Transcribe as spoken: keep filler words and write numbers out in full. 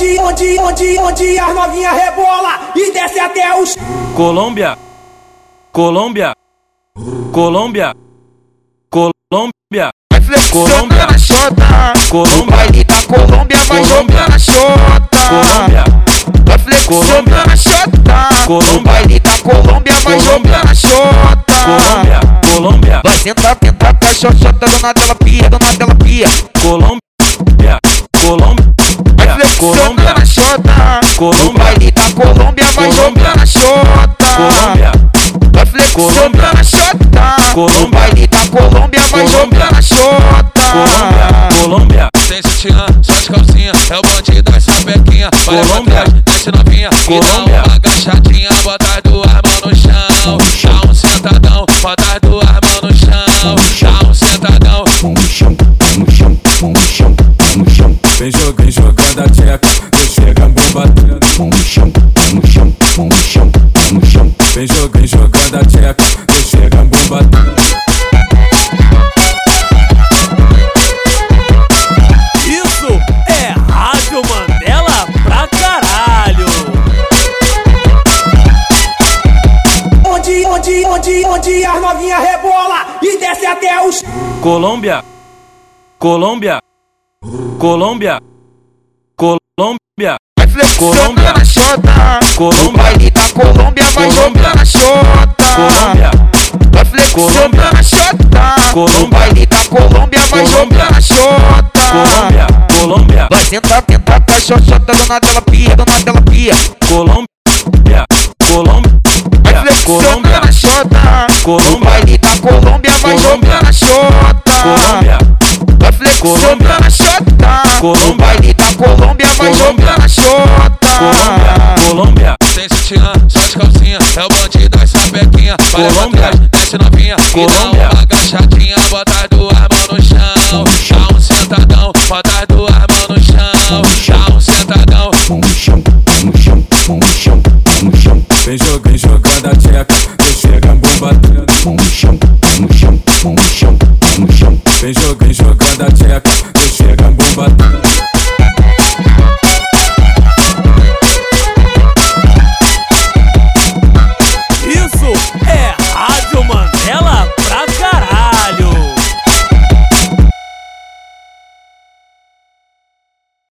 onde, onde, onde, onde as novinha rebola e desce até os... Colômbia, Colômbia, Colômbia, Colômbia, Colômbia na xota, Colômbia, o baile da Colômbia vai jogar na xota. Colômbia, vai flexionando na xota, Colômbia, o baile da Colômbia vai jogar na xota. Colômbia, Colômbia, vai sentar, tentar com a xoxota, dona dela pia, dona dela pia. Colômbia, Colômbia, vai flexionando na xota, o baile da Colômbia vai jogar na xota. Colômbia, vai flexionando na xota, o baile da Colômbia vai jogar na xota. Colômbia, Colômbia, sem sutiã, só de calcinha, é o bonde das sapequinha. Vai pra trás, desce novinha, e dá uma agachadinha, bota as duas mãos no chão. Dá um sentadão, bota as duas mãos no chão. Dá um sentadão, mão no chão, mão no chão, mão no chão, mão no chão. Vem jogando, jogando a tcheca, deixa a bomba batendo. Mão no chão, mão no chão, mão no chão, mão no chão. Vem jogando, jogando a tcheca, deixa a bomba batendo. Onde, onde, onde as novinha rebola e desce até os... Colômbia, Colômbia, Colômbia, Colômbia, vai flexionando na xota, o baile da Colômbia vai jogar na xota. Colômbia, vai flexionando na xota, o baile da Colômbia vai jogar na xota. Colômbia, Colômbia, vai sentar, tentar com a xoxota, dona dela pia, dona dela pia. Colômbia, Colômbia, vai flexionando na xota, o baile da Colômbia vai jogar na xota. Colômbia, vai flexionando na xota, o baile da Colômbia vai jogar na xota. Colômbia, Colômbia, sem sutiã, só de calcinha, é o bonde das sapequinha. Vai pra trás, desce novinha, e dá uma agachadinha, bota as duas mãos no chão. Dá um sentadão, bota as duas mãos no chão. Dá um sentadão, mão no chão, mão no chão, mão no chão, mão no chão. Vem jogando, jogando a tcheca, deixa a bomba batendo. Mão no chão, mão no chão, mão no chão, mão no chão. Vem jogando, jogando a tcheca, deixa a bomba batendo.